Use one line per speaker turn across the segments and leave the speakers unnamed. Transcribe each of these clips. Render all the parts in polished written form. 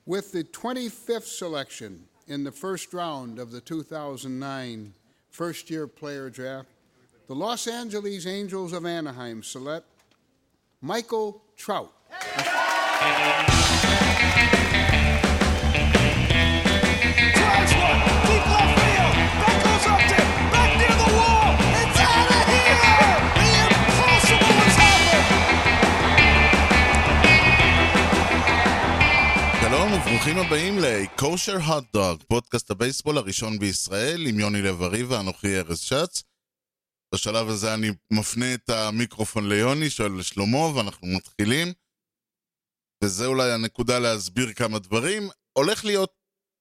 With the 25th selection in the first round of the 2009 first-year player draft, the Los Angeles Angels of Anaheim select Michael Trout.
Drives one, deep left field. That goes up there, back near the wall. It's out of here! The impossible has happened!
שלום וברוכים הבאים ל-Kosher Hot Dog, פודקאסט הבייסבול הראשון בישראל עם יוני לב-ארי ואנוכי ארז שץ. בשלב הזה אני מפנה את המיקרופון ליוני, שואל לשלמה, ואנחנו מתחילים. וזה אולי הנקודה להסביר כמה דברים. הולך להיות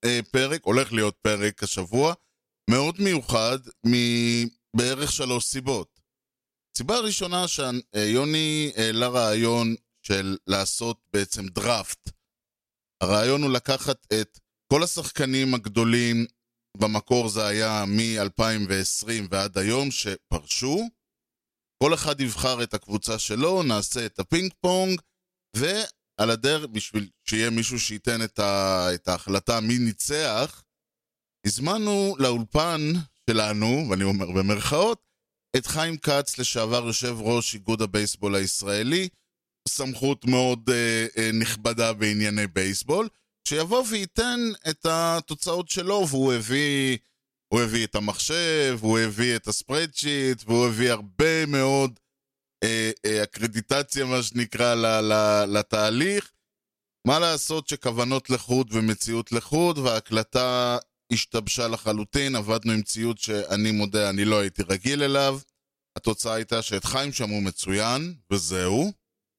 פרק השבוע מאוד מיוחד מבערך 3 סיבות. סיבה הראשונה שיוני העלה רעיון של לעשות בעצם דראפט. הרעיון הוא לקחת את כל השחקנים הגדולים, במקור זה היה מ-2020 ועד היום שפרשו, כל אחד יבחר את הקבוצה שלו, נעשה את הפינג פונג, ועל הדרך, בשביל שיהיה מישהו שייתן את ההחלטה מי ניצח, הזמנו לאולפן שלנו, ואני אומר במרכאות, את חיים כץ, לשעבר יושב ראש איגוד הבייסבול הישראלי, סמכות מאוד נכבדה בענייני בייסבול, שיבוא וייתן את התוצאות שלו, והוא הביא את המחשב, הוא הביא את הספרדשיט, והוא הביא הרבה מאוד אקרדיטציה, מה שנקרא, לתהליך. מה לעשות שכוונות לחוד ומציאות לחוד, וההקלטה השתבשה לחלוטין, עבדנו עם ציוד שאני מודה, אני לא הייתי רגיל אליו. התוצאה הייתה שאת חיים שמעו מצוין, וזהו.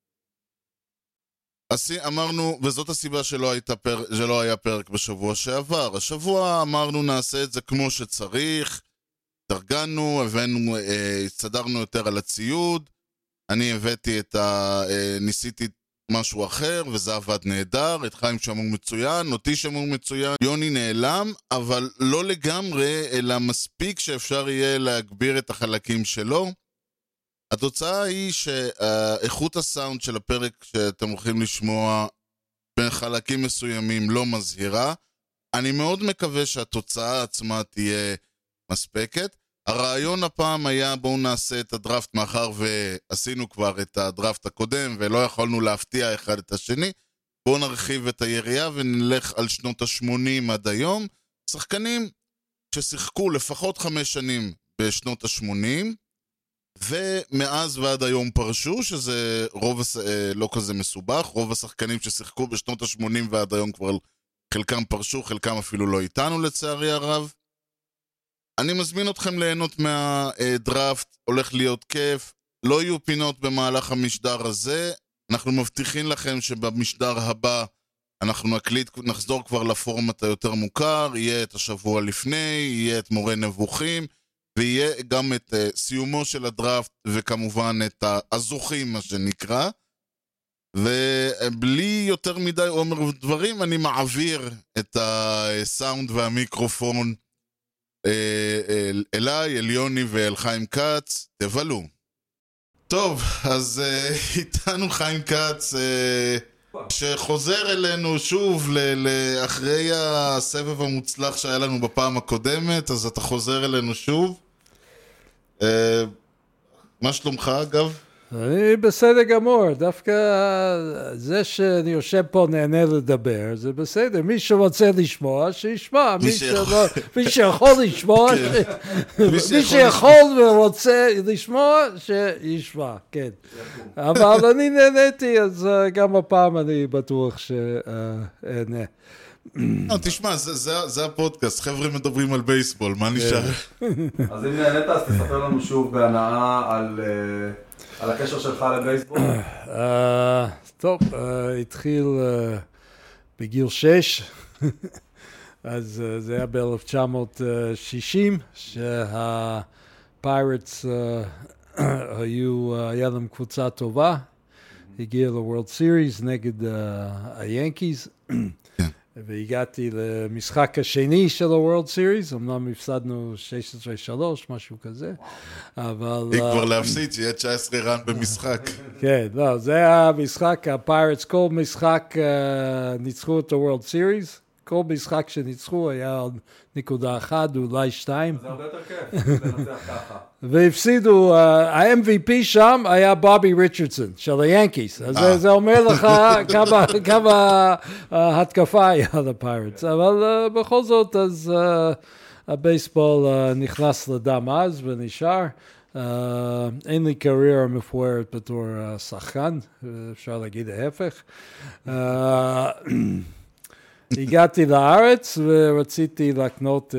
אמרנו, וזאת הסיבה שלא היה פרק בשבוע שעבר. השבוע אמרנו נעשה את זה כמו שצריך, תרגנו, הסתדרנו יותר על הציוד, אני ניסיתי משהו אחר, וזה עבד נהדר, את חיים שמעו מצוין, אותי שמעו מצוין, יוני נעלם, אבל לא לגמרי, אלא מספיק שאפשר יהיה להגביר את החלקים שלו. התוצאה היא שאיכות הסאונד של הפרק שאתם הולכים לשמוע בחלקים מסוימים לא מזהירה. אני מאוד מקווה שהתוצאה עצמה תהיה מספקת. הרעיון הפעם היה בואו נעשה את הדראפט, מאחר ועשינו כבר את הדראפט הקודם ולא יכולנו להפתיע אחד את השני. בואו נרחיב את היריעה ונלך על שנות ה-80 עד היום. שחקנים ששיחקו לפחות 5 שנים בשנות ה-80, ומאז ועד היום פרשו, שזה לא כזה מסובך. רוב השחקנים ששיחקו בשנות ה-80 ועד היום כבר חלקם פרשו, חלקם אפילו לא איתנו לצערי הרב. אני מזמין אתכם ליהנות מהדראפט, הולך להיות כיף, לא יהיו פינות במהלך המשדר הזה, אנחנו מבטיחים לכם שבמשדר הבא אנחנו נחזור כבר לפורמט היותר מוכר, יהיה את השבוע לפני, יהיה את מורה נבוכים, ויהיה גם את סיומו של הדראפט, וכמובן את הזוכים, מה שנקרא. ובלי יותר מדי אומר דברים, אני מעביר את הסאונד והמיקרופון אליי, אל יוני ואל חיים כץ. תבלו. טוב, אז איתנו חיים כץ, שחוזר אלינו שוב אחרי הסבב המוצלח שהיה לנו בפעם הקודמת, אז אתה חוזר אלינו שוב. מה שלומך אגב?
אני בסדר גמור, דווקא זה שאני יושב פה נהנה לדבר, זה בסדר, מי שרוצה לשמוע, שישמע, מי שיכול לשמוע, מי שיכול ורוצה לשמוע, שישמע, כן. אבל אני נהניתי, אז גם הפעם אני בטוח שאהנה.
תשמע, זה הפודקאסט, חבר'ה מדברים על בייסבול, מה נשאר?
אז אם נהנית, אז תספר לנו שוב בהנאה על הקשר שלך לבייסבול.
טוב, התחיל בגיל 6, אז זה היה ב-1960, שהפיירטס היה להם קבוצה טובה, הגיע לוורלד סיריס נגד היאנקיז, והגעתי למשחק השני של ה-World Series, אמנם הפסדנו 16-3, משהו כזה, אבל...
היא כבר להפסיד, שיהיה 19 רן במשחק.
כן, לא, זה המשחק, הפיירטס, כל משחק ניצחו את ה-World Series, כל משחק שניצחו היה עוד נקודה אחת, אולי 2.
זה הרבה יותר כיף, לנצח ככה.
והפסידו, ה-MVP שם היה בובי ריצ'רדסון של היאנקיס, אז זה אומר לך כמה התקפה היה לפיירטס, אבל בכל זאת, אז הבייסבול נכנס לדם אז ונשאר. אין לי קריירה מפוארת בתור שחקן, אפשר להגיד ההפך. הגעתי לארץ ורציתי לקנות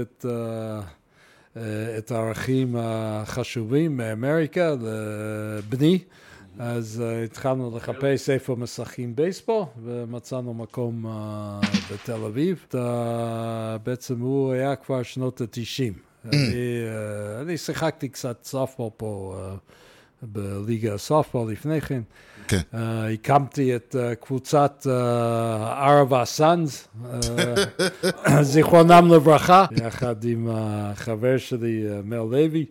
את הערכים החשובים מאמריקה לבני, אז התחלנו לחפש איפה משחקים בייסבול, ומצאנו מקום בתל אביב. בעצם הוא היה כבר שנות ה-90. אני שיחקתי קצת סופטבול פה בליגה הסופטבול לפני כן. הקמתי את קבוצת ערבה סאנס, זיכרונם לברכה, יחד עם החבר שלי מל לוי.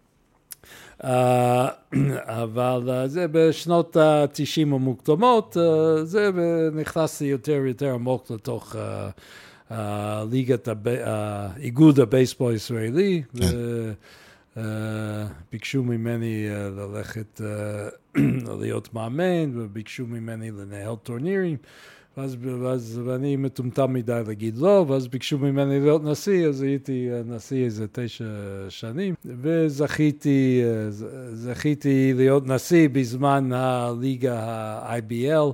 אבל זה בשנות ה-90 המוקדמות, זה נכנסתי יותר ויותר עמוק לתוך ליגת איגוד הבייסבול הישראלי, ביקשו ממני ללכת להיות מאמן, וביקשו ממני לנהל טורנירים, ואני מטומטם מדי להגיד לא, ואז ביקשו ממני להיות נשיא, אז הייתי נשיא איזה 9 שנים, וזכיתי להיות נשיא בזמן הליגה ה-IBL,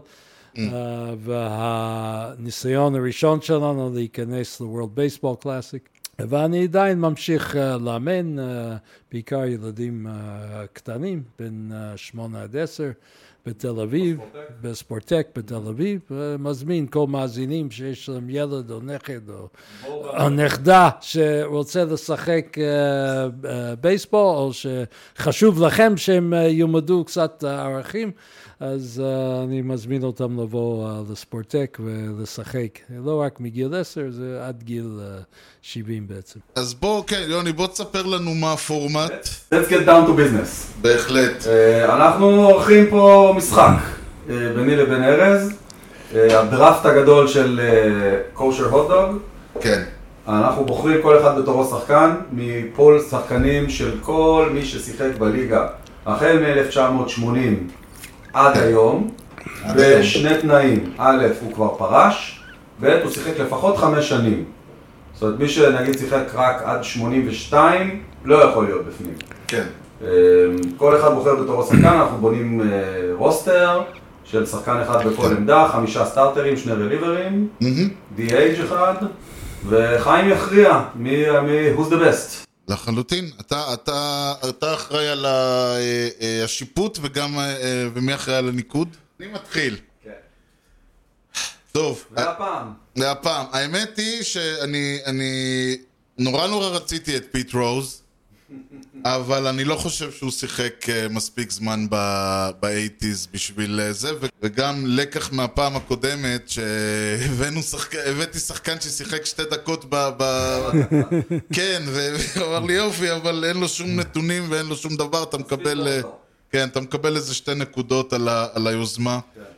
והניסיון הראשון שלנו להיכנס ל-World Baseball Classic. ואני עדיין ממשיך לאמן, בעיקר ילדים קטנים, בין 8 עד 10, בתל אביב, בספורטק בתל אביב, ומזמין כל מאזינים שיש להם ילד או נכד או נכדה שרוצה לשחק בייסבול, או שחשוב לכם שהם ילמדו קצת ערכים, אז אני מזמין אותם לבוא לספורטק ולשחק. לא רק מגיל 10, זה עד גיל 70 בעצם.
אז כן, יוני, בוא תספר לנו מה הפורמט.
Let's get down to business.
בהחלט.
אנחנו עורכים פה משחק, ביני לבין ארז, הדראפט הגדול של קושר הוטדוג.
כן.
אנחנו בוחרים כל אחד בתורו שחקן, מפול שחקנים של כל מי ששיחק בליגה, החל מ-1980 עד היום, בשני תנאים. א', הוא כבר פרש, ב', הוא שיחק לפחות 5 שנים. זאת אומרת, מי שנגיד שיחק רק עד 82, לא יכול להיות בפנים.
כן.
כל אחד בוחר בתורו שחקן, אנחנו בונים רוסטר של שחקן אחד בכל עמדה, 5 סטארטרים, 2 רליברים, DH אחד, וחיים יכריע who's the best.
לחלוטין. אתה אחראי על השיפוט וגם, ומי אחראי על הניקוד? אני מתחיל.
כן.
טוב.
והפעם.
האמת היא שאני נורא רציתי את פיט רוז, אבל אני לא חושב שהוא שיחק מספיק זמן ב-80s בשביל זה, וגם לקח מהפעם הקודמת שהבאתי שחקן ששיחק 2 דקות כן, ואמר לי יופי, אבל אין לו שום נתונים ואין לו שום דבר, אתה מקבל איזה 2 נקודות על היוזמה.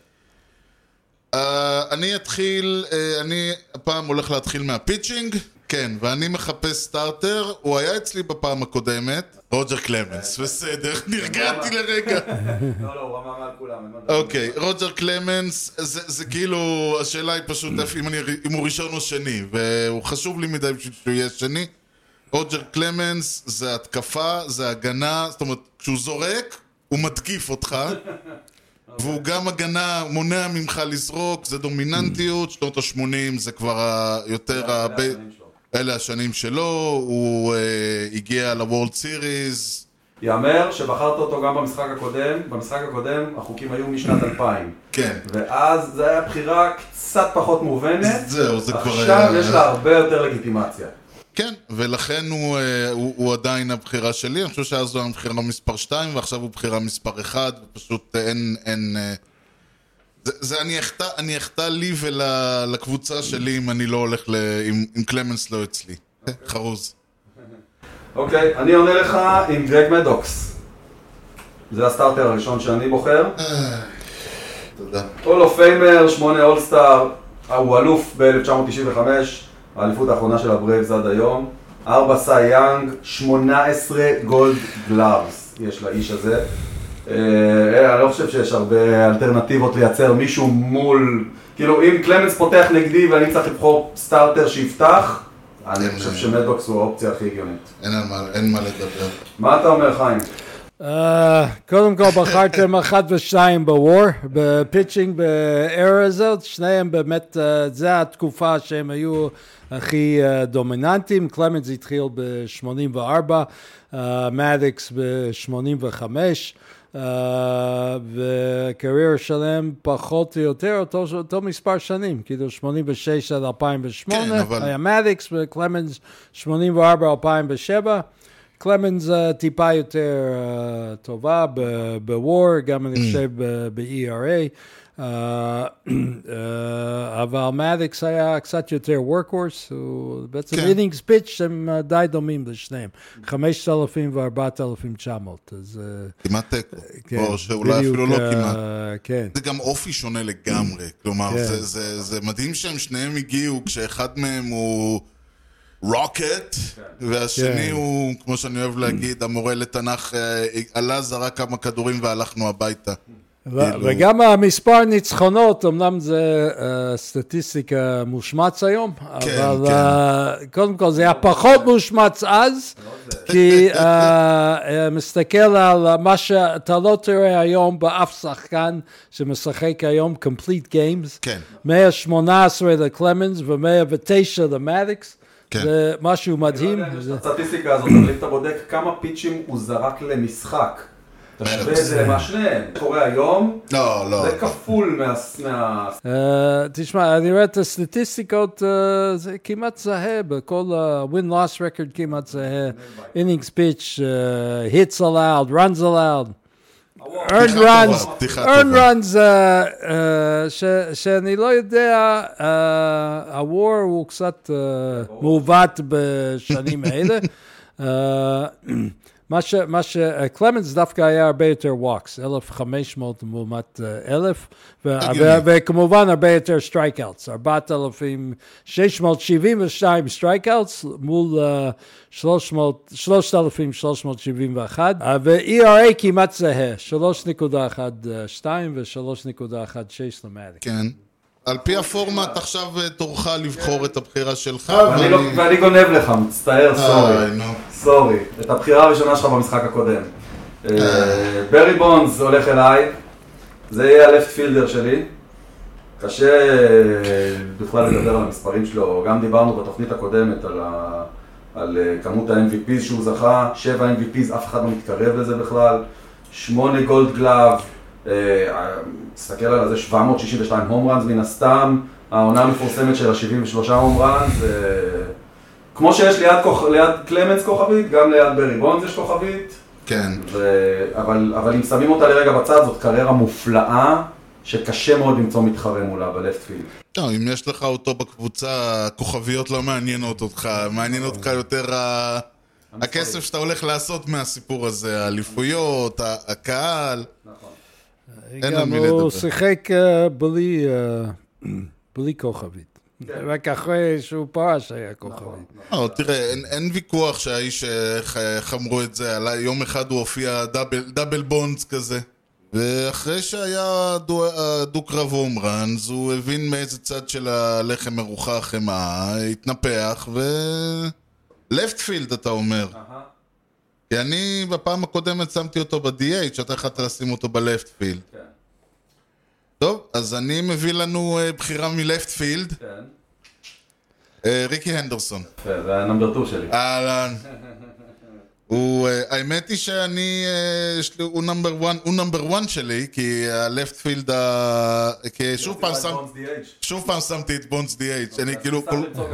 אני הפעם הולך להתחיל מהפיצ'ינג, כן, ואני מחפש סטארטר, הוא היה אצלי בפעם הקודמת, רוג'ר קלמנס, בסדר, נרגעתי לרגע.
לא, הוא אמר על כולם.
אוקיי, רוג'ר קלמנס, זה כאילו, השאלה היא פשוט אם הוא ראשון או שני, והוא חשוב לי מדי בשביל שהוא יהיה שני. רוג'ר קלמנס זה התקפה, זה הגנה, זאת אומרת, כשהוא זורק, הוא מתקיף אותך, והוא גם הגנה, מונע ממך לזרוק, זה דומיננטיות, שנות ה-80 זה כבר יותר אלה השנים שלו, הוא הגיע לוורלד סיריז.
יאמר שבחרת אותו גם במשחק הקודם החוקים היו משנת 2000.
כן.
ואז זה היה בחירה קצת פחות מובנת.
זהו, זה כבר היה...
עכשיו יש לה הרבה יותר לגיטימציה.
כן, ולכן הוא עדיין הבחירה שלי, אני חושב שאז הוא היה בחירה מספר 2 ועכשיו הוא בחירה מספר 1, ופשוט אין זה אני אחטא לי ולקבוצה שלי אם אני לא הולך אם קלמנס לא אצלי. חרוז.
אוקיי, אני עונה לך עם גרג מדוקס. זה הסטארטר הראשון שאני בוחר.
תודה.
הול אוף פיימר, 8 אולסטאר, הוא אלוף ב-1995, האליפות האחרונה של הברייבס עד היום. 4 סי יאנג, 18 גולד גלאבס יש לאיש הזה. אני לא חושב שיש הרבה אלטרנטיבות לייצר מישהו מול... כאילו, אם קלמנס פותח נגדי ואני צריך לבחור סטארטר שיפתח, אני חושב שמדוקס הוא האופציה הכי הגיונית.
אין מה לדבר.
מה אתה אומר, חיים?
קודם כל בחרתם 1 ו-2 בוור, בפיצ'ינג בארה הזאת, שניהם באמת, זה התקופה שהם היו הכי דומיננטיים. קלמנס התחיל ב-84, מדיקס ב-85, וקריירה שלהם פחות או יותר אותו מספר שנים, כאילו 86 עד 2008, היה מדיקס וקלמנס 84-2007, קלמנס טיפה יותר טובה בוור, גם אני חושב ב-ERA, אבל מדיקס היה קצת יותר workhorse, הוא בעצם אינינגס פיץ' הם די דומים לשניהם, 5,000 ו-4,900.
כמעט תקו, או שאולי אפילו לא כמעט. זה גם אופי שונה לגמרי, כלומר זה מדהים שהם שניהם הגיעו כשאחד מהם הוא רוקט, והשני הוא, כמו שאני אוהב להגיד, המורה לתנ"ך עלה, זרק כמה כדורים והלכנו הביתה.
וגם המספר ניצחונות, אמנם זה סטטיסטיקה מושמץ היום, אבל קודם כל זה היה פחות מושמץ אז, כי מסתכל על מה שאתה לא תראה היום באף שחקן שמשחק היום complete games, 118 לקלמנס ו-109 למדיקס, זה משהו מדהים.
הסטטיסטיקה הזאת, אם אתה בודק כמה פיצ'ים הוא זרק למשחק, תשווה את זה למה שניהם. קורה היום, זה כפול
תשמע, אני רואה את הסטטיסטיקות, זה כמעט זהה, בכל ה-win-loss record כמעט זהה, innings pitch, hits allowed, runs allowed, earned runs, שאני לא יודע, הוור הוא קצת מעוות בשנים האלה, מה שקלמנס דווקא היה הרבה יותר ווקס, 1,500 לעומת 1,000, וכמובן הרבה יותר סטרייקאוטס, 4,672 סטרייקאוטס מול 3,371, ו-ERA כמעט זהה, 3.12 ו-3.16 למדיק.
כן. על פי הפורמט, עכשיו תורך לבחור את הבחירה שלך.
ואני גונב לך, מצטער, סורי. את הבחירה הראשונה שלך במשחק הקודם. ברי בונדס הולך אליי, זה יהיה הלפט פילדר שלי. קשה בכלל לדבר על המספרים שלו, גם דיברנו בתוכנית הקודמת על כמות ה-MVPs שהוא זכה, 7 MVPs, אף אחד לא מתקרב לזה בכלל, 8 גולד גלאב, תסתכל על זה, 762 הום ראנס מן הסתם, העונה המפורסמת של ה-73 הום ראנס, כמו שיש ליד קלמנס כוכבית, גם ליד ברי בונדס יש כוכבית,
כן.
אבל אם שמים אותה לרגע בצד, זאת קריירה מופלאה, שקשה מאוד למצוא מתחרה מולה בלפט פילד.
לא, אם יש לך אותו בקבוצה, הכוכביות לא מעניינות אותך, מעניין אותך יותר הכסף שאתה הולך לעשות מהסיפור הזה, האליפויות, הקהל.
נכון.
גם הוא שיחק בלי כוכבית. רק אחרי שהוא פרש היה כוכבית.
תראה, אין ויכוח שהאיש חמרו את זה, יום אחד הוא הופיע דאבל בונדס כזה. ואחרי שהיה דו-קרב הום ראנס, הוא הבין מאיזה צד של הלחם מרוחה החמאה, התנפח לפט פילד אתה אומר. כי אני בפעם הקודמת שמתי אותו ב-DH, שאתה יכולת לשים אותו בלפט פילד. טוב, אז אני מביא לנו בחירה מלפט פילד. ריקי הנדרסון.
זה הנאמבר 2 שלי.
אהלן. האמת היא שאני, הוא נאמבר 1 שלי, כי הלפט פילד, כי שוב פעם שמתי את בונדס DH, אני כאילו...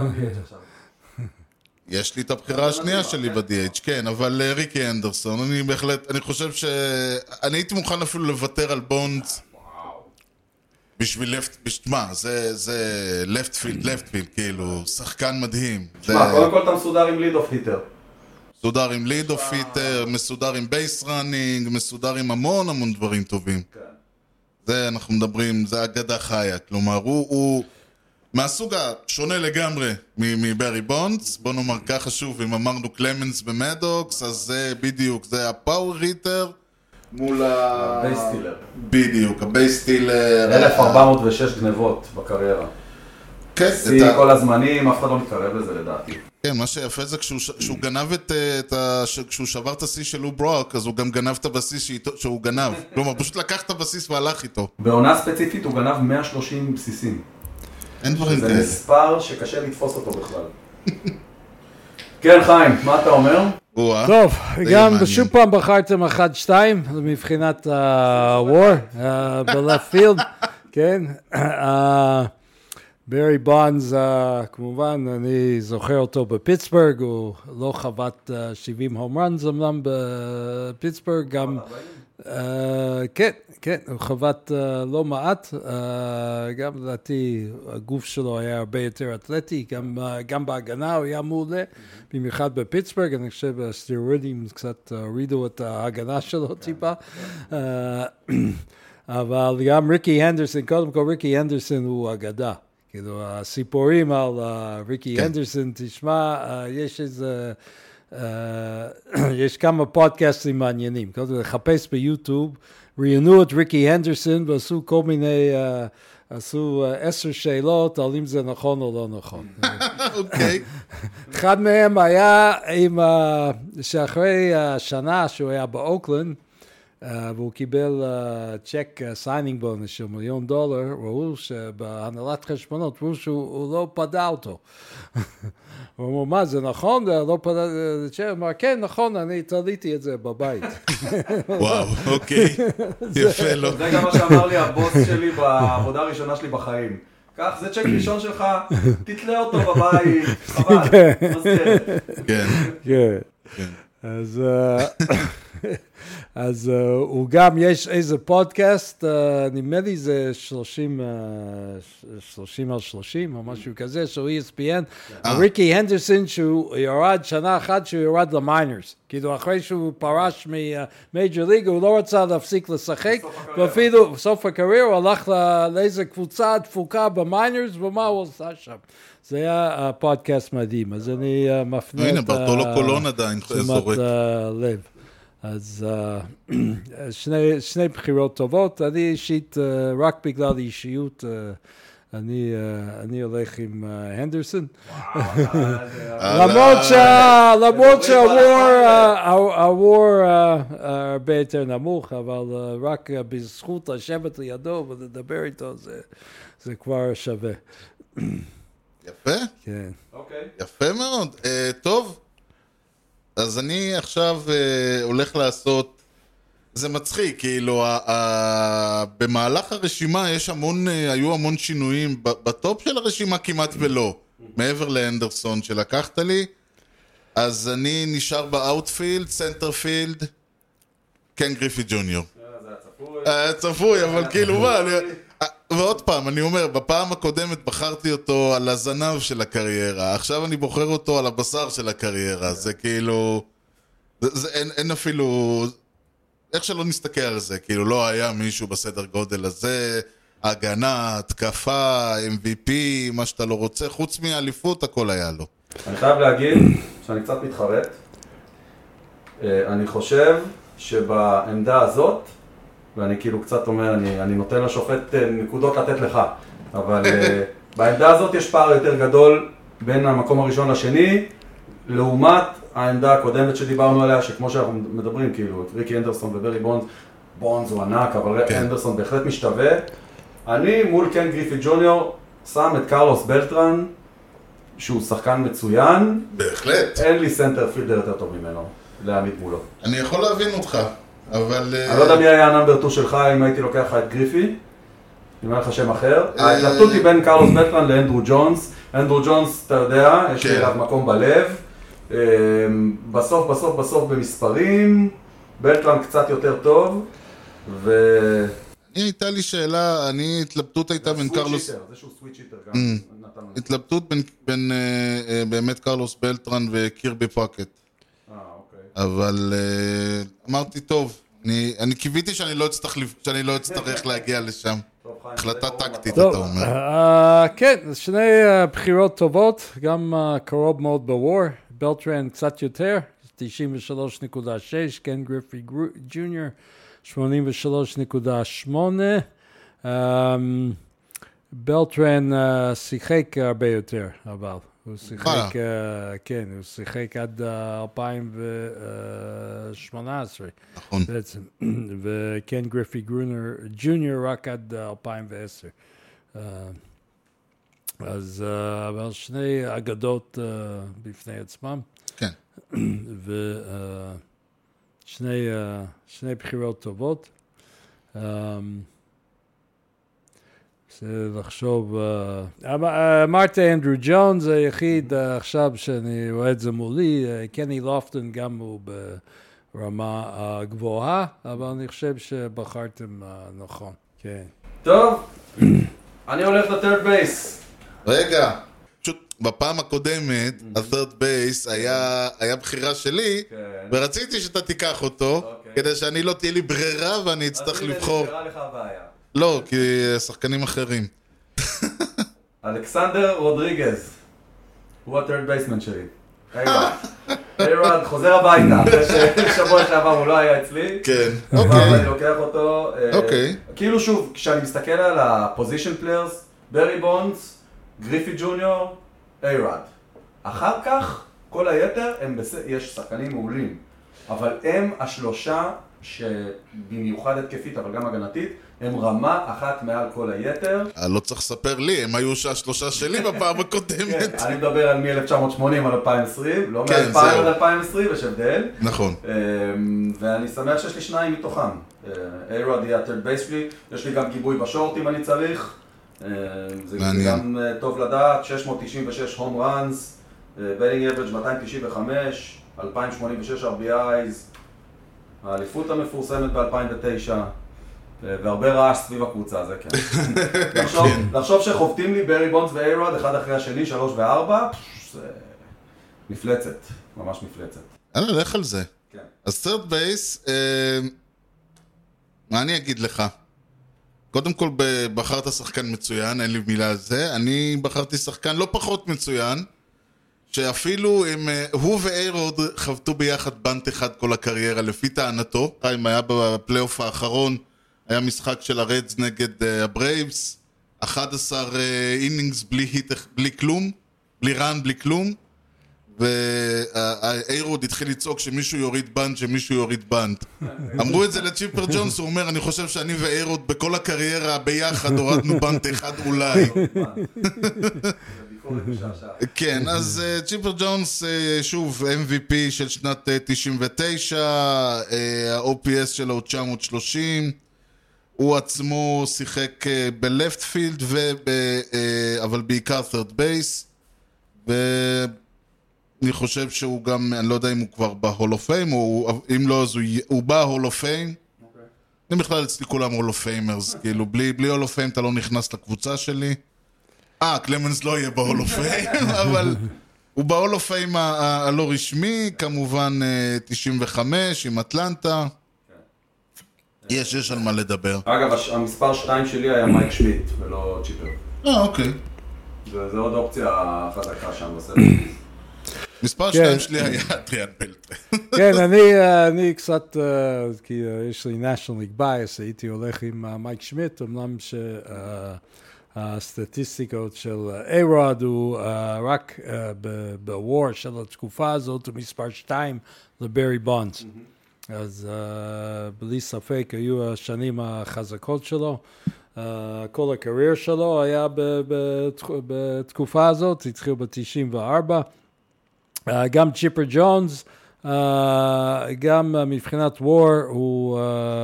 יש לי את הבחירה השנייה שלי ב-DH, כן, אבל ריקי אנדרסון, אני בהחלט, אני חושב אני הייתי מוכן אפילו לוותר על בונדס. בשביל מה, זה לפט פילד, כאילו, שחקן מדהים.
תשמע, קודם כל אתה מסודר עם ליד אוף היטר.
מסודר עם ליד אוף היטר, מסודר עם בייס ראנינג, מסודר עם המון דברים טובים. זה אנחנו מדברים, זה אגדה חיה, כלומר הוא מהסוג השונה לגמרי מברי בונדס, בוא נאמר ככה שוב, אם אמרנו קלמנס במדוקס, אז זה בדיוק, זה הפאוור היטר מול
הבייסטילר.
בדיוק, הבייסטילר.
1406 גנבות בקריירה.
כן,
שיא כל הזמנים, אף אחד לא מתקרב לזה לדעתי.
כן, מה שיפה זה כשהוא גנב כשהוא שבר את השיא של לו ברוק, אז הוא גם גנב את הבסיס שהוא גנב. כלומר, פשוט לקח את הבסיס והלך איתו.
בעונה ספציפית הוא גנב 130 בסיסים.
אין דברים כאלה.
זה מספר שקשה לתפוס אותו בכלל. כן, חיים, מה אתה אומר?
טוב, גם שוב פעם בחרתם 1-2 מבחינת ה-war ב-left field, כן? ברי בונדס, כמובן, אני זוכר אותו בפיטסבורג, הוא לא חוות 70 הום ראנס אמנם בפיטסבורג, גם, כן, הוא חוות לא מעט, גם לדעתי הגוף שלו היה הרבה יותר אתלטי, גם בהגנה הוא היה מעולה, במיוחד בפיטסבורג, אני חושב הסטרואידים קצת הורידו את ההגנה שלו טיפה, אבל גם ריקי הנדרסון, קודם כל ריקי הנדרסון הוא אגדה. כאילו, הסיפורים על ריקי הנדרסון, תשמע, יש כמה פודקאסטים מעניינים. לחפש ביוטיוב, ראיינו את ריקי הנדרסון ועשו כל מיני, עשו 10 שאלות על אם זה נכון או לא נכון.
אוקיי.
אחד מהם היה שאחרי השנה שהוא היה באוקלנד, והוא קיבל צ'ק סיינינג בונוס של $1,000,000, ראו שבהנהלת חשבונות, ראו שהוא לא פדע אותו. הוא אמר, מה, זה נכון? לא פדע, הוא אמר, כן, נכון, אני תליתי את זה בבית.
וואו, אוקיי, יפה לו.
זה גם מה שאמר לי הבוס שלי בעבודה הראשונה שלי בחיים. כך, זה צ'ק ראשון שלך, תתלה אותו בבית, חבל, מזכר.
כן.
כן. אז הוא גם, יש איזה פודקאסט, נדמה לי זה 30 על 30 או משהו כזה, של ESPN, ריקי הנדרסון שהוא יורד שנה אחת שהוא יורד למיינרס, כאילו אחרי שהוא פרש ממייג'ר ליג הוא לא רצה להפסיק לשחק, ואפילו בסוף הקריירה הוא הלך לאיזה קבוצה דפוקה במיינרס, ומה הוא עושה שם. זה היה פודקאסט מדהים, אז אני מפנה
הנה, ברטולו קולון עדיין זורק.
לב. אז שני בחירות טובות, אני אישית, רק בגלל אישיות, אני הולך עם הנדרסון. למרות שהוור הרבה יותר נמוך, אבל רק בזכות לשבת לידו ולדבר איתו, זה כבר שווה.
יפה?
כן.
יפה מאוד. טוב. אז אני עכשיו הולך לעשות, זה מצחיק, כאילו, במהלך הרשימה היו המון שינויים, בטופ של הרשימה כמעט ולא, מעבר לאנדרסון שלקחת לי, אז אני נשאר באוטפילד, סנטרפילד, קן גריפי ג'וניור. זה היה צפוי, אבל כאילו מה, ועוד פעם, אני אומר, בפעם הקודמת בחרתי אותו על הזנב של הקריירה, עכשיו אני בוחר אותו על הבשר של הקריירה, זה כאילו, אין אפילו, איך שלא נסתכל על זה, כאילו לא היה מישהו בסדר גודל הזה, הגנה, התקפה, MVP, מה שאתה לא רוצה, חוץ מאליפות, הכל היה לו.
אני חייב להגיד שאני קצת מתחרט, אני חושב שבעמדה הזאת, ואני כאילו קצת אומר, אני נותן לשופט נקודות לתת לך, אבל בעמדה הזאת יש פער יותר גדול בין המקום הראשון לשני, לעומת העמדה הקודמת שדיברנו עליה, שכמו שאנחנו מדברים, כאילו, את ריקי הנדרסון וברי בונדס הוא ענק, אבל הנדרסון בהחלט משתווה. אני מול קן גריפי ג'וניור שם את קרלוס בלטרן, שהוא שחקן מצוין.
בהחלט.
אין לי סנטר פילדר יותר טוב ממנו, להעמיד מולו.
אני יכול להבין אותך. אבל
אני לא יודע מי היה הנאמבר 2 שלך, אם הייתי לוקח לך את גריפי, אם היה לך שם אחר. ההתלבטות היא בין קרלוס בלטרן לאנדרו ג'ונס. אנדרו ג'ונס, אתה יודע, יש לי אליו מקום בלב. בסוף במספרים, בלטרן קצת יותר טוב,
הייתה לי שאלה, התלבטות הייתה בין קרלוס...
זה שהוא סוויט שיטר גם. נתן לנו.
התלבטות בין באמת קרלוס בלטרן וקירבי פוקט.
אוקיי.
אבל אמרתי, טוב, אני קיוויתי שאני לא אצטרך להגיע לשם. החלטה טקטית, אתה אומר.
כן, שני בחירות טובות, גם קרוב מאוד בוור, בלטרן קצת יותר, 93.6, קן גריפי ג'וניור, 83.8, בלטרן שיחק הרבה יותר, אבל הוא שיחק, כן, הוא שיחק עד 2018,
נכון.
בעצם, וקן גריפי ג'וניור רק עד 2010. אז אבל שני אגדות בפני עצמם.
כן.
ושני בחירות טובות. לחשוב, אמרת אנדרו ג'ונס היחיד עכשיו שאני רואה את זה מולי, קני לופטון גם הוא ברמה גבוהה, אבל אני חושב שבחרתם נכון, כן.
טוב, אני הולך לטרד בייס.
רגע, פשוט בפעם הקודמת, ה-third base היה בחירה שלי, ורציתי שאתה תיקח אותו, כדי שאני לא תהיה לי ברירה ואני אצטרך לבחור.
אז הנה, נשארה לך הבעיה.
לא, כי שחקנים אחרים.
אלכסנדר רודריגז, הוא הטרד בייסמן שלי. איירד חוזר הביתה, אחרי ששבוע שעבר הוא לא היה אצלי.
כן,
אבל
אוקיי.
אני לוקח אותו.
אוקיי.
כאילו שוב, כשאני מסתכל על הפוזיישן פליירס, ברי בונדס, גריפי ג'וניור, איירד. אחר כך, כל היתר, יש שחקנים מעולים. אבל הם השלושה שבמיוחד התקפית, אבל גם הגנתית, הם רמה אחת מעל כל היתר.
לא צריך לספר לי, הם היו השלושה שלי בפעם הקודמת.
אני מדבר על מ-1980 על 2020, לא
כן,
מ-2000 עד 2020, יש הבדל.
נכון.
ואני שמח שיש לי שניים מתוכם. איירד יהיה הטרד בייס שלי, יש לי גם גיבוי בשורט אם אני צריך. זה גם טוב לדעת, 696 הום ראנס, בטינג אברג' 295, 2086 RBIs, האליפות המפורסמת ב-2009, והרבה רעש סביב הקבוצה, זה כן. לחשוב שחובטים לי ברי בונדס ואיירד אחד אחרי השני, 3 ו-4, זה מפלצת, ממש מפלצת.
יאללה, לך על זה.
כן.
אז third base, מה אני אגיד לך? קודם כל בחרת שחקן מצוין, אין לי מילה על זה. אני בחרתי שחקן לא פחות מצוין, שאפילו אם הוא ואיירד חבטו ביחד בנט אחד כל הקריירה לפי טענתו. חיים היה בפלייאוף האחרון, היה משחק של הרדס נגד הברייבס, 11 אינינגס בלי היט, בלי כלום, בלי רן, בלי כלום, ואיירד התחיל לצעוק שמישהו יוריד בנט. אמרו את זה לצ'יפר ג'ונס, הוא אומר, אני חושב שאני ואיירד בכל הקריירה ביחד הורדנו בנט אחד אולי. כן, אז צ'יפר ג'ונס, שוב, MVP של שנת 99, ה-OPS שלו 930, הוא עצמו שיחק בלפט פילד, אבל בעיקר third base, ואני חושב שהוא גם, אני לא יודע אם הוא כבר בהול אוף פיים, או אם לא, אז הוא בא הול אוף פיים. זה בכלל אצלי כולם הול אוף פיימרס, כאילו, בלי הול אוף פיים אתה לא נכנס לקבוצה שלי. קלמנס לא יהיה בהול אוף פיים, אבל הוא בהול אוף פיים הלא רשמי, כמובן 95 עם אטלנטה. יש על מה לדבר.
אגב, המספר 2 שלי היה מייק שמיט, ולא צ'יפר.
אוקיי.
זה עוד אופציה חזקה שם בסדר.
מספר 2 שלי היה טריאן בלטר.
כן, אני קצת, כי יש לי national league bias, הייתי הולך עם מייק שמיט, אמנם הסטטיסטיקות של איירד הוא רק בוור של התקופה הזאת, הוא מספר 2 לברי בונדס. אז בלי ספק היו השנים החזקות שלו, כל הקרייר שלו היה בתקופה הזאת, התחיל ב-94. גם צ'יפר ג'ונס, גם מבחינת וור הוא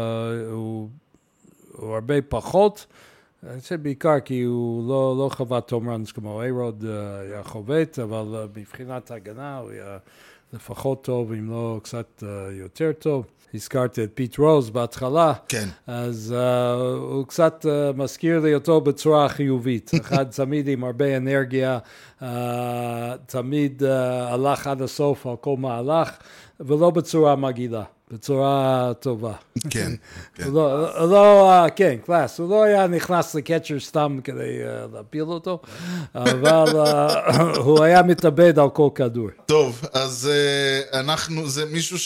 הרבה פחות, אני חושב בעיקר כי הוא לא חוות הום ראנס כמו איירד היה חובט, אבל מבחינת ההגנה הוא היה לפחות טוב, אם לא קצת יותר טוב. הזכרתי את פיט רוז בהתחלה,
כן.
אז הוא קצת מזכיר לי אותו בצורה חיובית. אחד תמיד עם הרבה אנרגיה, תמיד הלך עד הסוף על כל מהלך, ולא בצורה מגעילה, בצורה טובה.
כן, כן.
כן, קלאס. הוא לא היה נכנס לקצ'ר סתם כדי להפיל אותו, אבל הוא היה מתאבד על כל כדור.
טוב, אז זה מישהו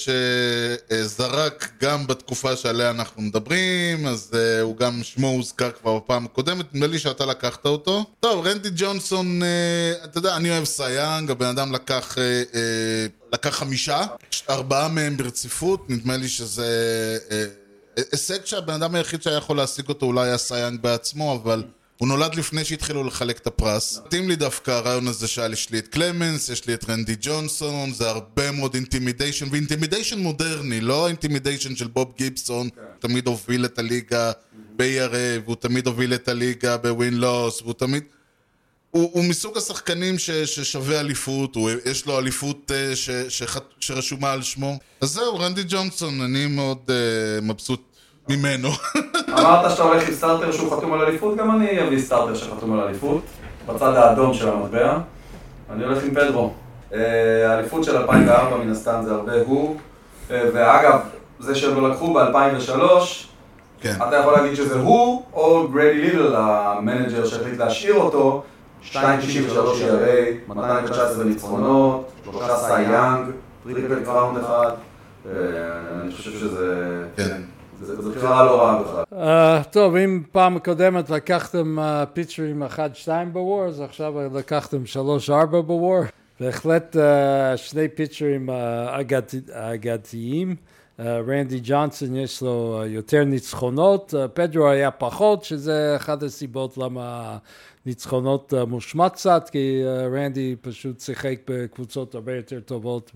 שזרק גם בתקופה שעליה אנחנו מדברים, אז הוא גם שמו הוזכר כבר בפעם הקודמת, נדמה לי שאתה לקחת אותו. טוב, רנדי ג'ונסון, אתה יודע, אני אוהב סייאנג, הבן אדם לקח 5, 4 מהם ברציפות, נדמה לי שזה הישג שהבן אדם היחיד שהיה יכול להשיג אותו אולי היה סייאנג בעצמו, אבל הוא נולד לפני שהתחילו לחלק את הפרס. מתאים לי דווקא הרעיון הזה שיש לי את קלמנס, יש לי את רנדי ג'ונסון, זה הרבה מאוד אינטימידיישן, ואינטימידיישן מודרני, לא האינטימידיישן של בוב גיבסון, הוא תמיד הוביל את הליגה ב-ERA, והוא תמיד הוביל את הליגה בווין-לוס, והוא תמיד... הוא מסוג השחקנים ששווה אליפות, יש לו אליפות שרשומה על שמו. אז זהו, רנדי ג'ונסון, אני מאוד מבסוט ממנו.
אמרת שאתה הולך עם סטארטר שהוא חתום על אליפות, גם אני אביא סטארטר שחתום על אליפות, בצד האדום של המטבע. אני הולך עם פדרו. האליפות של 2004 מן הסתם זה הרבה הוא, ואגב, זה שהם לא לקחו ב-2003,
כן.
אתה יכול להגיד שזה הוא, או גריידי לידל, המנג'ר שהחליט להשאיר אותו, 2.93 ERA, 219 ניצחונות, 3 סייאנג, טריפל קראונד אחד, אני חושב שזה... כן. זו בחירה לא רעה בכלל.
טוב, אם פעם הקודמת לקחתם פיצ'רים 1-2 בוור, עכשיו לקחתם 3-4 בוור. בהחלט שני פיצ'רים אגדתיים. רנדי ג'ונסון יש לו יותר ניצחונות, פדרו היה פחות, שזה אחת הסיבות למה ניצחונות מושמט קצת, כי רנדי פשוט שיחק בקבוצות הרבה יותר טובות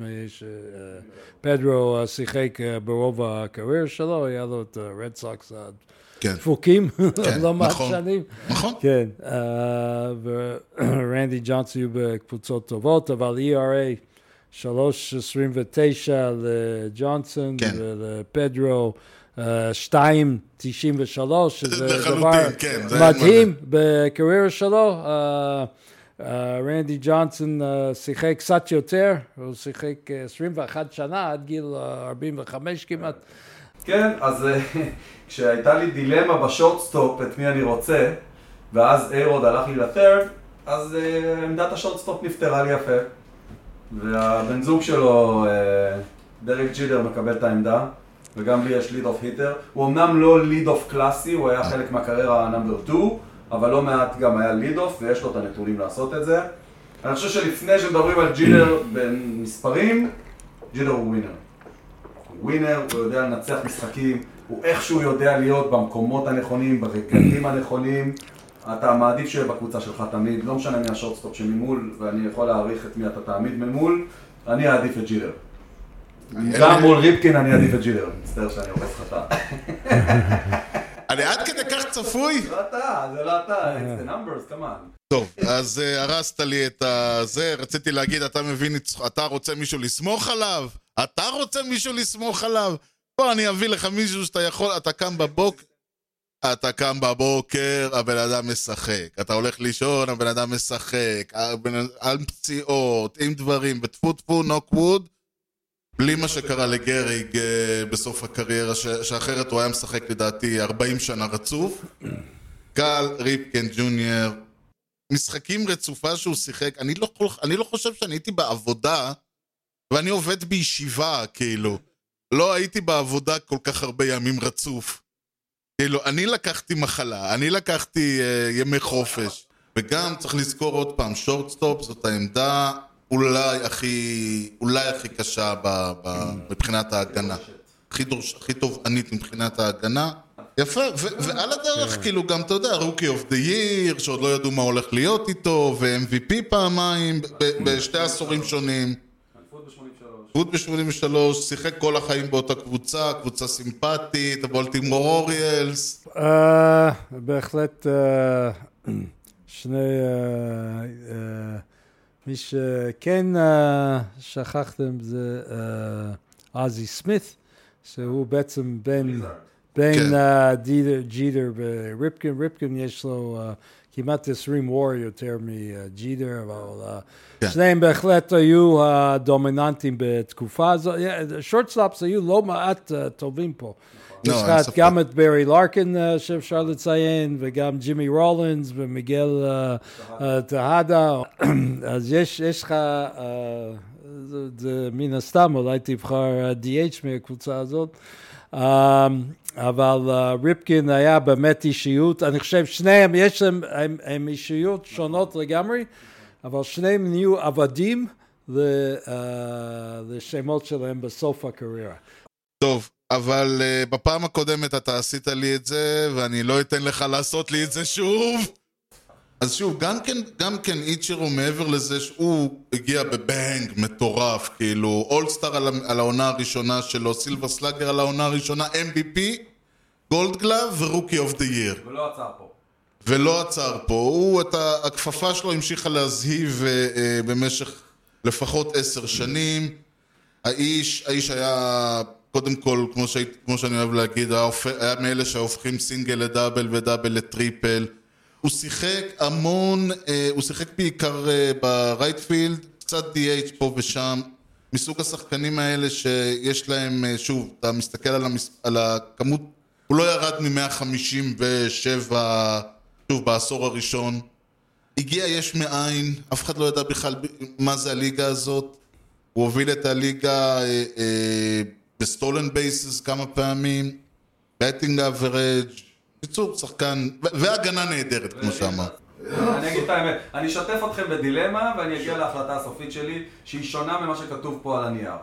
פדרו שיחק ברוב הקריירה שלו, היה לו את רד סוקס דפוקים, לא מעט שנים.
נכון.
כן, ורנדי ג'ונסון היו בקבוצות טובות, אבל ERA 3.29 לג'ונסון ולפדרו 2.93, שזה דבר מדהים בקריירה שלו. רנדי ג'ונסון שיחק קצת יותר, הוא שיחק 21 שנה עד גיל 45 כמעט.
כן, אז כשהייתה לי דילמה בשורטסטופ את מי אני רוצה, ואז איירוד הלך לי לת'רד, אז עמדת השורטסטופ נפתרה לי יפה. והבן זוג שלו, דרק ג'ידר, מקבל את העמדה, וגם לי יש ליד אוף היטר. הוא אמנם לא ליד אוף קלאסי, הוא היה חלק מהקריירה נאמבר 2, אבל לא מעט גם היה ליד אוף, ויש לו את הנתונים לעשות את זה. אני חושב שלפני שמדברים על ג'ידר במספרים, ג'ידר הוא ווינר. הוא ווינר, הוא יודע לנצח משחקים, הוא איכשהו יודע להיות במקומות הנכונים, ברגעים הנכונים. אתה מעדיף שיהיה בקבוצה שלך תמיד, לא משנה מי השורטסטופ שממול, ואני יכול להעריך את מי אתה תעמיד ממול, אני אעדיף את ג'ידר. גם מול ריפקין אני אעדיף את ג'ידר, מצטער שאני הורס חטא.
אני עד כדי כך צפוי?
זה לא אתה, it's the numbers, come on.
טוב, אז הרסת לי את זה, רציתי להגיד, אתה מבין, אתה רוצה מישהו לסמוך עליו? אתה רוצה מישהו לסמוך עליו? בוא, אני אביא לך מישהו שאתה יכול, אתה קם בבוקר, הבן אדם משחק. אתה הולך לישון, הבן אדם משחק. על פציעות, עם דברים, וטפו טפו, נוק ווד. בלי מה שקרה לגריג בסוף הקריירה, שאחרת הוא היה משחק לדעתי 40 שנה רצוף. קל ריפקן ג'וניור, משחקים רצופה שהוא שיחק. אני לא חושב שאני הייתי בעבודה, ואני עובד בישיבה, כאילו. לא הייתי בעבודה כל כך הרבה ימים רצוף. כאילו, אני לקחתי מחלה, אני לקחתי ימי חופש, וגם צריך לזכור עוד פעם, שורטסטופ זאת העמדה אולי הכי קשה מבחינת ההגנה. הכי תובענית מבחינת ההגנה. יפה, ועל הדרך כאילו גם, אתה יודע, רוקי אוף דה ייר, שעוד לא ידעו מה הולך להיות איתו, ו-MVP פעמיים, בשתי עשורים שונים. פוט ב-83, שיחק כל החיים באותה קבוצה, קבוצה סימפטית, הבולטימור אוריאלס.
בהחלט שני מי שכן שכחתם זה אוזי סמית, שהוא בעצם בין ג'יטר וריפקין. ריפקין יש לו כמעט 20 וור יותר מג'יטר, אבל שניהם בהחלט היו הדומיננטים בתקופה הזו. שורטסטופס היו לא מעט טובים פה. יש לך גם את ברי לארקין שאפשר לציין, וגם ג'ימי רולינס ומיגל טהדה. אז יש לך, מן הסתם אולי תבחר DH מהקבוצה הזאת. אבל ריפקין היה באמת אישיות, אני חושב שניהם יש הם אישיות שונות לגמרי, אבל שניהם נהיו עבדים לשמות שלהם בסוף הקריירה.
טוב, אבל בפעם הקודמת אתה עשית לי את זה, ואני לא אתן לך לעשות לי את זה שוב. אז שוב, גם כן איצ'ירו מעבר לזה שהוא הגיע בבנג מטורף, כאילו אולסטאר על העונה הראשונה שלו, סילבר סלאגר על העונה הראשונה, MVP, גולד גלאב ורוקי אוף דה ייר. ולא עצר פה. הכפפה שלו המשיכה להזהיב במשך לפחות 10 שנים. האיש היה, קודם כל, כמו שאני אוהב להגיד, היה מאלה שהופכים סינגל לדאבל ודאבל לטריפל. הוא שיחק המון, הוא שיחק בעיקר ברייטפילד, קצת DH פה ושם, מסוג השחקנים האלה שיש להם, שוב, אתה מסתכל על הכמות, הוא לא ירד מ-157, שוב, בעשור הראשון. הגיע יש מאין, אף אחד לא ידע בכלל מה זה הליגה הזאת. הוא הוביל את הליגה בסטולן בייסס כמה פעמים, בטינג אברג', קיצור, שחקן, והגנה נהדרת, כמו שאמר.
אני אגיד את האמת, אני אשתף אתכם בדילמה ואני אגיע להחלטה הסופית שלי שהיא שונה ממה שכתוב פה על הנייר.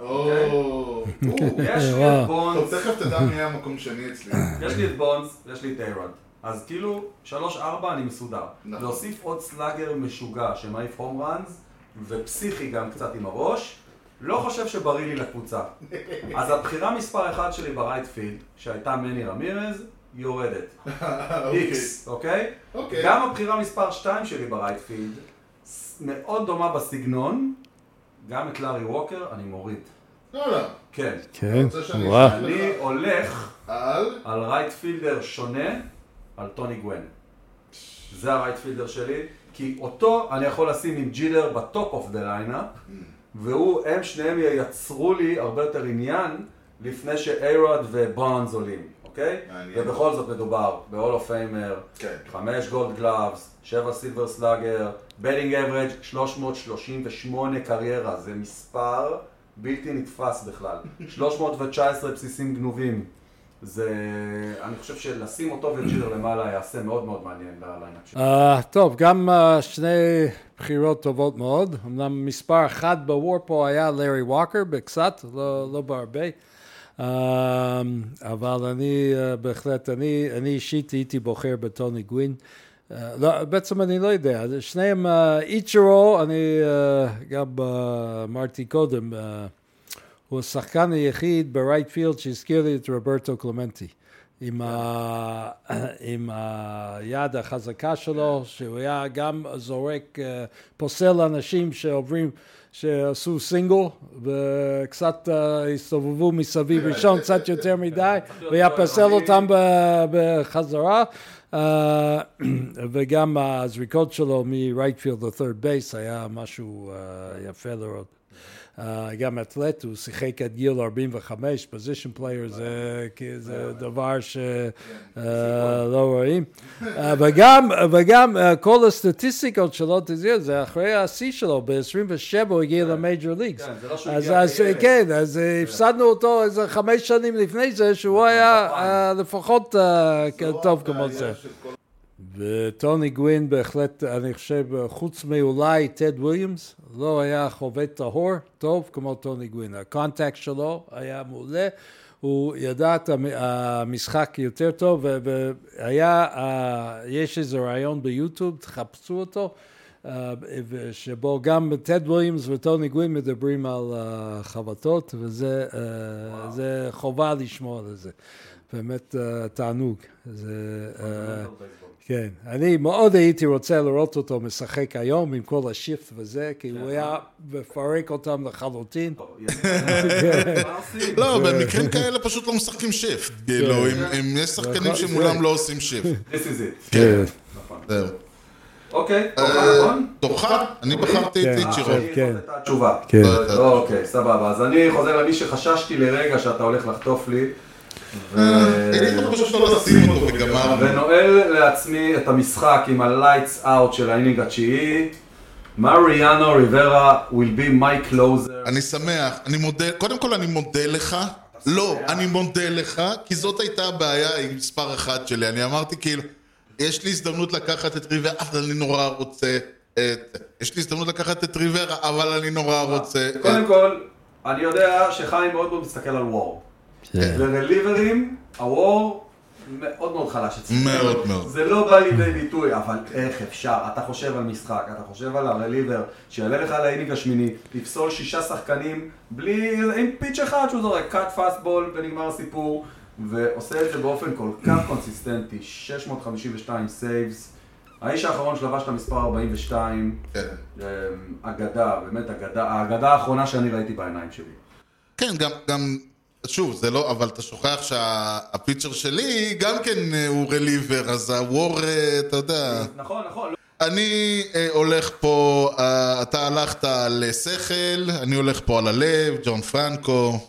יש לי את בונס.
טוב, תכף תדע מי היה המקום שני אצלי.
יש לי את בונס ויש לי את איירון. אז כאילו, 3-4 אני מסודר. להוסיף עוד סלאגר משוגע שמעיף הום ראנס ופסיכי גם קצת עם הראש, לא חושב שבריא לי לקבוצה. אז הבחירה מספר 1 שלי ברייטפילד, שהייתה מני רמירז, יורדת. איקס, אוקיי? גם הבחירה מספר 2 שלי ברייטפילד, מאוד דומה בסגנון, גם את לארי ווקר אני מוריד.
לא.
כן.
וואו.
אני הולך על רייטפילדר שונה, על טוני גוון. זה הרייטפילדר שלי, כי אותו אני יכול לשים עם ג'ידר בטופ אוף דה ליינה, הם שניהם ייצרו לי הרבה יותר עניין לפני שאיירוד ובונס עולים, אוקיי? ובכל זאת מדובר ב-Hall of Famer, 5 גולד גלאבס, 7 סילבר סלאגר, בטינג אברג' 338 קריירה, זה מספר בלתי נתפס בכלל. 319 בסיסים גנובים. אני חושב שלשים אותו וג'ידר למעלה יעשה מאוד מאוד מעניין לליינאפ שלי.
טוב, גם שני בחירות טובות מאוד. אמנם מספר 1 בוור פה היה לארי ווקר בקצת, לא בהרבה. אבל אני בהחלט, אני אישית הייתי בוחר בטוני גווין. בעצם אני לא יודע, שניהם איצ'רו, אני גם אמרתי קודם, הוא השחקן היחיד ברייטפילד שהזכיר לי את רוברטו קלמנטי. עם היד החזקה שלו, שהוא היה גם זורק, פוסל אנשים שעשו סינגל, וקצת הסתובבו מסביב ראשון, קצת יותר מדי, והיה פוסל אותם בחזרה, וגם הזריקות שלו מרייטפילד לת'רד בייס היה משהו יפה לראות. גם אתלט, הוא שיחק עד גיל 45, פוזישן פלייר זה דבר שלא רואים. וגם כל הסטטיסטיקות שלו, זה אחרי השיא שלו, ב-27 הוא הגיע למייג'ר ליגס. כן, אז הפסדנו אותו איזה 5 שנים לפני זה, שהוא היה לפחות טוב כמו זה. וטוני גווין בהחלט, אני חושב, חוץ מאולי טד וויליאמס, לא היה חובט טהור טוב כמו טוני גווין. הקונטקט שלו היה מעולה, הוא ידע את המשחק יותר טוב, יש איזה רעיון ביוטיוב, תחפשו אותו, שבו גם טד וויליאמס וטוני גווין מדברים על חבטות, וזה חובה לשמוע על זה. באמת תענוג. כן, אני מאוד הייתי רוצה לראות אותו משחק היום עם כל השיפט וזה, כי הוא היה מפרק אותם לחלוטין.
לא, במקרים כאלה פשוט לא משחקים שיפט. כאילו, אם יש שחקנים שמולם לא עושים שיפט.
This is it.
כן.
זהו. אוקיי, נכון?
תורך? אני בחרתי את איצ'ירו.
כן.
זאת התשובה.
כן.
אוקיי, סבבה. אז אני חוזר למי שחששתי לרגע שאתה הולך לחטוף לי.
הייתי פשוט לא לשים אותו וגמר.
ונועל לעצמי את המשחק עם ה-Lights Out של האינינג התשיעי. מריאנו ריברה will be my closer.
אני שמח, אני מודה, קודם כל אני מודה לך. לא, אני מודה לך, כי זאת הייתה הבעיה עם מספר אחד שלי. אני אמרתי כאילו, יש לי הזדמנות לקחת את ריברה, אבל אני נורא רוצה יש לי הזדמנות לקחת את ריברה, אבל אני נורא רוצה
קודם כל, אני יודע שחיים מאוד מאוד מסתכל על וור. ורליברים, הוור מאוד מאוד חלש אצלי.
מאוד מאוד.
זה לא בא לידי ביטוי, אבל איך אפשר? אתה חושב על משחק, אתה חושב על הרליבר, שיעלה לך לאינינג השמיני, לפסול 6 שחקנים בלי, עם פיץ' אחד שהוא זורק, קאט פאסטבול ונגמר הסיפור, ועושה את זה באופן כל כך קונסיסטנטי, 652 סייבס, האיש האחרון שלבש את המספר 42, אגדה, באמת אגדה, האגדה האחרונה שאני ראיתי בעיניים שלי.
כן, גם שוב, זה לא, אבל אתה שוכח שהפיצ'ר שלי גם כן הוא רליבר, אז הוור, אתה יודע.
נכון.
אני הולך פה, אתה הלכת על שכל, אני הולך פה על הלב, ג'ון פרנקו,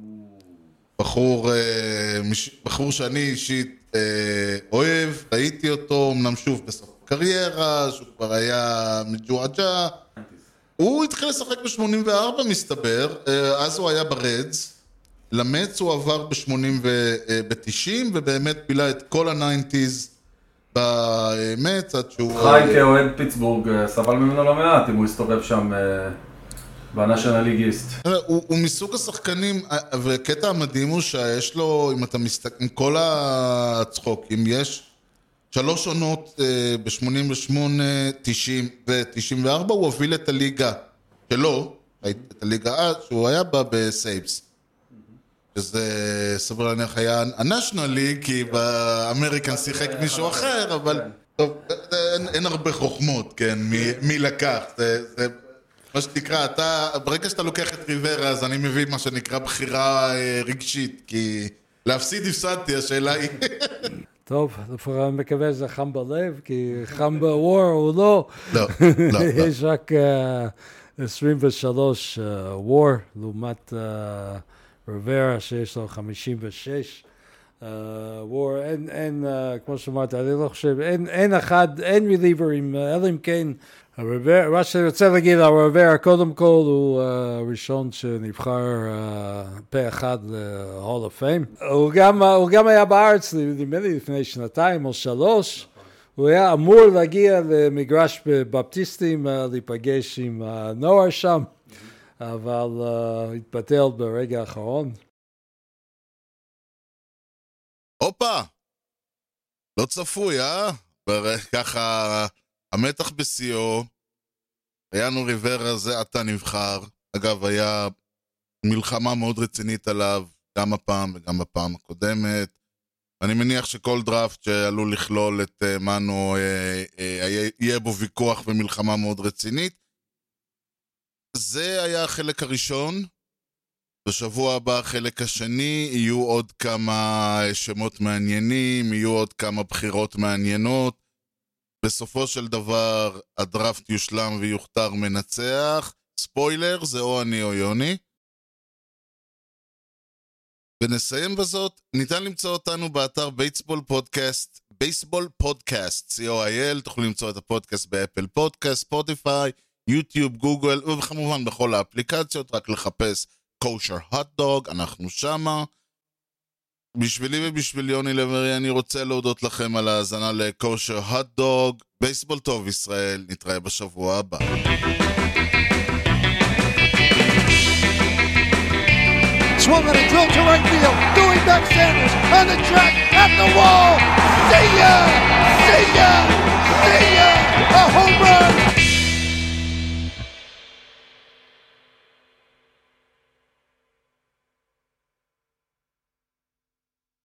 בחור שאני אישית אוהב, ראיתי אותו, אמנם שוב בסוף קריירה, שהוא כבר היה מג'ואג'ה, הוא התחיל לשחק ב-84 מסתבר, אז הוא היה ברדס, למץ הוא עבר ב-90 ובאמת בילה את כל ה-90s במץ עד שהוא...
חיים כאוהד פיטסבורג סבל ממנו לא מעט אם הוא הסתובב שם בנשיונל ליגיסט.
הוא מסוג השחקנים, וקטע המדהים הוא שיש לו, אם אתה מסתכל, עם כל הצחוקים, יש 3 עונות ב-88, 90 ו-94, הוא הוביל את הליגה שלו, את הליגה אז, שהוא היה בה בסייבס. שזה סבר להניח היה הנשיונל ליג, כי באמריקן שיחק מישהו אחר, אבל טוב, אין הרבה חוכמות, כן, מי לקח. זה מה שתקרא, ברגע שאתה לוקח את ריברה, אז אני מביא מה שנקרא בחירה רגשית, כי להפסיד הפסדתי, השאלה היא...
טוב, לפחות אני מקווה שזה חם בלב, כי חם בוור הוא לא.
לא.
יש רק 23 וור, לעומת ריברה שיש לו 56. וור, אין, כמו שאמרת, אני לא חושב, אין רליבר עם אלם קיין. מה שאני רוצה להגיד, הריברה קודם כל הוא הראשון שנבחר פה אחד ל-Hall of Fame. הוא גם היה בארץ, נדמה לי לפני 2 או 3. הוא היה אמור להגיע למגרש בבפטיסטים, להיפגש עם הנוער שם, אבל התבטל ברגע האחרון.
הופה! לא צפוי, ככה... המתח בשיאו, ריאנו ריברה זה אתה נבחר, אגב היה מלחמה מאוד רצינית עליו, גם הפעם וגם בפעם הקודמת, אני מניח שכל דראפט שעלול לכלול את מנו יהיה בו ויכוח ומלחמה מאוד רצינית. זה היה החלק הראשון, בשבוע הבא החלק השני, יהיו עוד כמה שמות מעניינים, יהיו עוד כמה בחירות מעניינות, בסופו של דבר הדראפט יושלם ויוכתר מנצח. ספוילר, זה או אני או יוני. ונסיים בזאת, ניתן למצוא אותנו באתר בייסבול פודקאסט, בייסבול פודקאסט, co.il, תוכלו למצוא את הפודקאסט באפל פודקאסט, ספוטיפיי, יוטיוב, גוגל, וכמובן בכל האפליקציות, רק לחפש קושר הוטדוג, אנחנו שמה. בשבילי ובשביל יוני לב-ארי אני רוצה להודות לכם על ההאזנה לקושר הוטדוג. בייסבול טוב ישראל, נתראה בשבוע הבא.
Swung on a drill to right field. Doing back Sanders on the track at the wall. See ya! See ya!